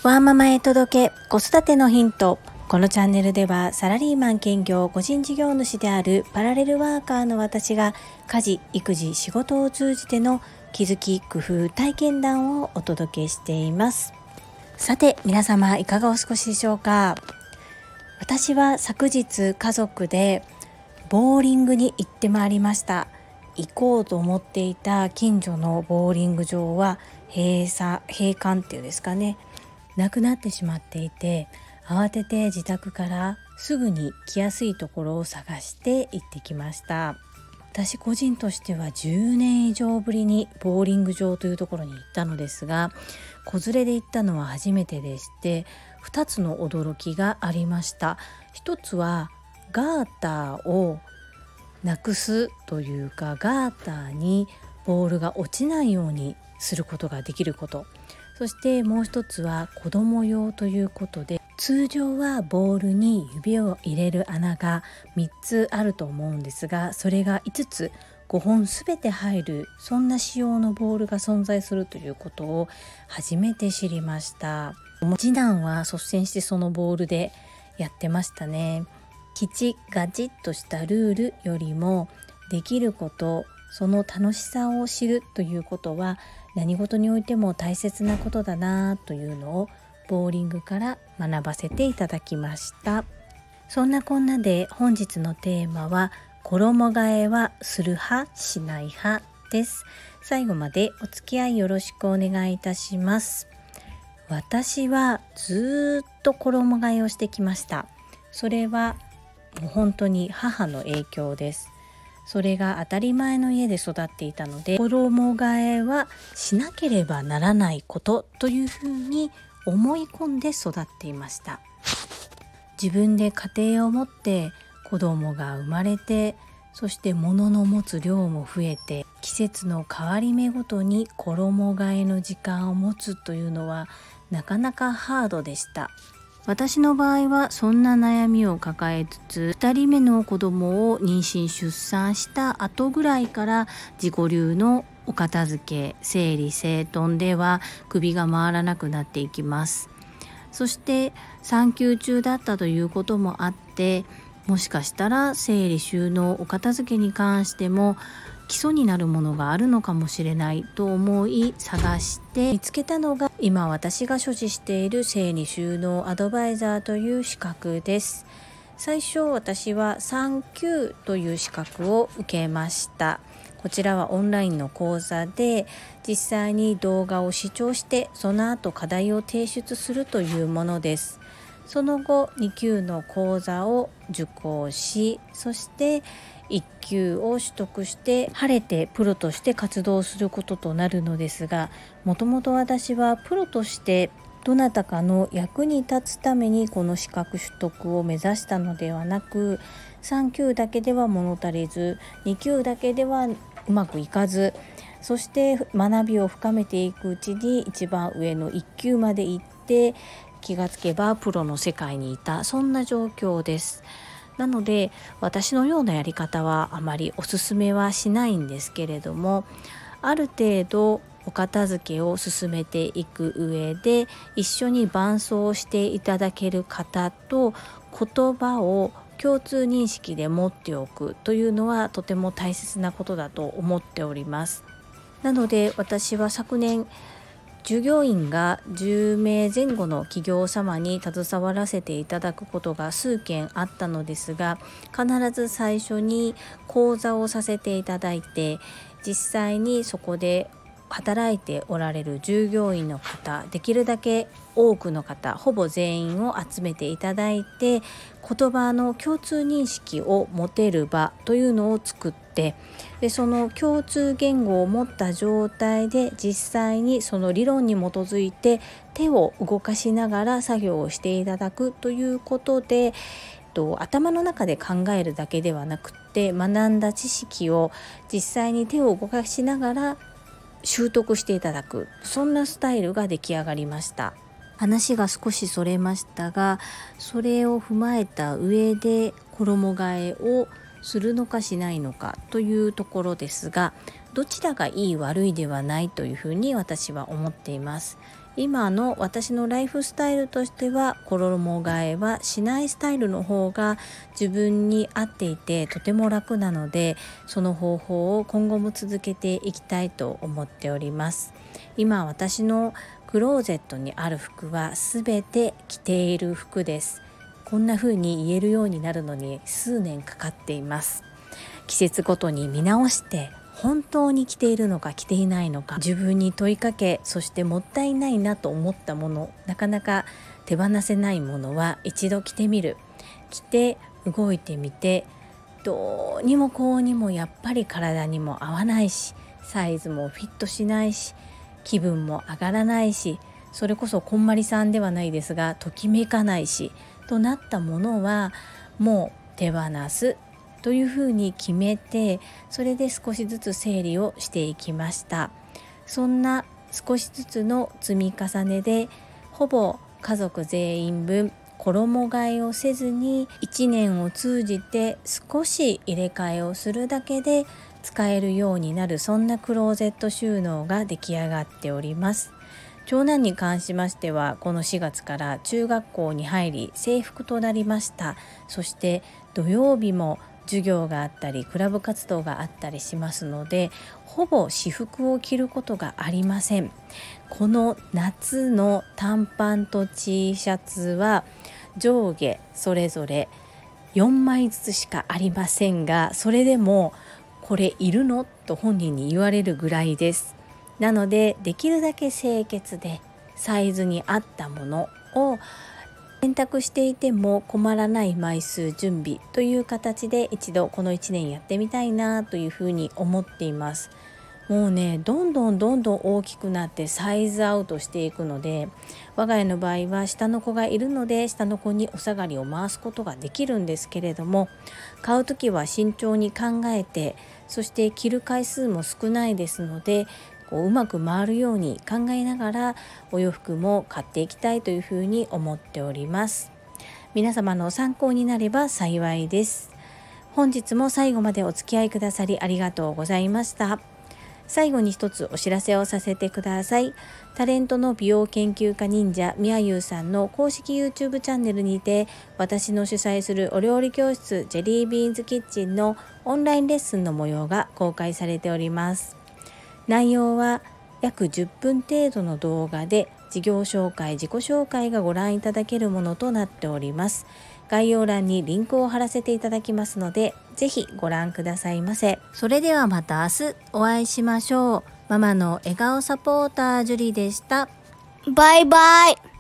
ワーママへ届け子育てのヒント。このチャンネルではサラリーマン兼業個人事業主であるパラレルワーカーの私が家事、育児、仕事を通じての気づき、工夫、体験談をお届けしています。さて皆様いかがお過ごしでしょうか。私は昨日家族でボーリングに行ってまいりました。行こうと思っていた近所のボーリング場は閉館っていうんですかね、なくなってしまっていて、慌てて自宅からすぐに来やすいところを探して行ってきました。私個人としては10年以上ぶりにボーリング場というところに行ったのですが、子連れで行ったのは初めてでして、2つの驚きがありました。一つはガーターをなくすというか、ガーターにボールが落ちないようにすることができること。そしてもう一つは子供用ということで、通常はボールに指を入れる穴が3つあると思うんですが、それが5つ5本すべて入る、そんな仕様のボールが存在するということを初めて知りました。次男は率先してそのボールでやってましたね。きちガチッとしたルールよりも、できること、その楽しさを知るということは何事においても大切なことだなというのをボーリングから学ばせていただきました。そんなこんなで本日のテーマは、衣替えはする派しない派です。最後までお付き合いよろしくお願いいたします。私はずっと衣替えをしてきました。それはもう本当に母の影響です。それが当たり前の家で育っていたので、衣替えはしなければならないことというふうに思い込んで育っていました。自分で家庭を持って子供が生まれて、そして物の持つ量も増えて、季節の変わり目ごとに衣替えの時間を持つというのはなかなかハードでした。私の場合はそんな悩みを抱えつつ、2人目の子供を妊娠出産した後ぐらいから自己流のお片付け、整理整頓では首が回らなくなっていきます。そして産休中だったということもあって、もしかしたら整理収納、お片付けに関しても基礎になるものがあるのかもしれないと思い、探して見つけたのが今私が所持している整理収納アドバイザーという資格です。最初私は3級という資格を受けました。こちらはオンラインの講座で、実際に動画を視聴してその後課題を提出するというものです。その後2級の講座を受講し、そして1級を取得して晴れてプロとして活動することとなるのですが、もともと私はプロとしてどなたかの役に立つためにこの資格取得を目指したのではなく、3級だけでは物足りず、2級だけではうまくいかず、そして学びを深めていくうちに一番上の1級まで行って、気がつけばプロの世界にいた、そんな状況です。なので私のようなやり方はあまりおすすめはしないんですけれども、ある程度お片付けを進めていく上で一緒に伴走していただける方と言葉を共通認識で持っておくというのはとても大切なことだと思っております。なので私は昨年従業員が10名前後の企業様に携わらせていただくことが数件あったのですが、必ず最初に講座をさせていただいて、実際にそこで働いておられる従業員の方、できるだけ多くの方、ほぼ全員を集めていただいて、言葉の共通認識を持てる場というのを作って、でその共通言語を持った状態で実際にその理論に基づいて手を動かしながら作業をしていただくということで、頭の中で考えるだけではなくて、学んだ知識を実際に手を動かしながら習得していただく、そんなスタイルが出来上がりました。話が少しそれましたが、それを踏まえた上で衣替えをするのかしないのかというところですが、どちらがいい悪いではないというふうに私は思っています。 今の私のライフスタイルとしては、衣替えはしないスタイルの方が自分に合っていてとても楽なので、その方法を今後も続けていきたいと思っております。今私のクローゼットにある服はすべて着ている服です。こんな風に言えるようになるのに数年かかっています。季節ごとに見直して本当に着ているのか着ていないのか自分に問いかけ、そしてもったいないなと思ったもの、なかなか手放せないものは一度着てみる。着て動いてみて、どうにもこうにもやっぱり体にも合わないし、サイズもフィットしないし、気分も上がらないし、それこそこんまりさんではないですがときめかないしとなったものはもう手放すというふうに決めて、それで少しずつ整理をしていきました。そんな少しずつの積み重ねで、ほぼ家族全員分衣替えをせずに1年を通じて少し入れ替えをするだけで使えるようになる、そんなクローゼット収納が出来上がっております。長男に関しましてはこの4月から中学校に入り制服となりました。そして土曜日も授業があったりクラブ活動があったりしますので、ほぼ私服を着ることがありません。この夏の短パンと T シャツは上下それぞれ4枚ずつしかありませんが、それでもこれいるのと本人に言われるぐらいです。なのでできるだけ清潔でサイズに合ったものを選択していても困らない枚数準備という形で一度この1年やってみたいなというふうに思っています。もうね、どんどん大きくなってサイズアウトしていくので、我が家の場合は下の子がいるので下の子にお下がりを回すことができるんですけれども、買うときは慎重に考えて、そして着る回数も少ないですのでうまく回るように考えながらお洋服も買っていきたいというふうに思っております。皆様の参考になれば幸いです。本日も最後までお付き合いくださりありがとうございました。最後に一つお知らせをさせてください。タレントの美容研究家忍者みやゆうさんの公式 YouTube チャンネルにて、私の主催するお料理教室ジェリービーンズキッチンのオンラインレッスンの模様が公開されております。内容は約10分程度の動画で事業紹介、自己紹介がご覧いただけるものとなっております。概要欄にリンクを貼らせていただきますので、ぜひご覧くださいませ。それではまた明日お会いしましょう。ママの笑顔サポータージュリでした。 バイバイ。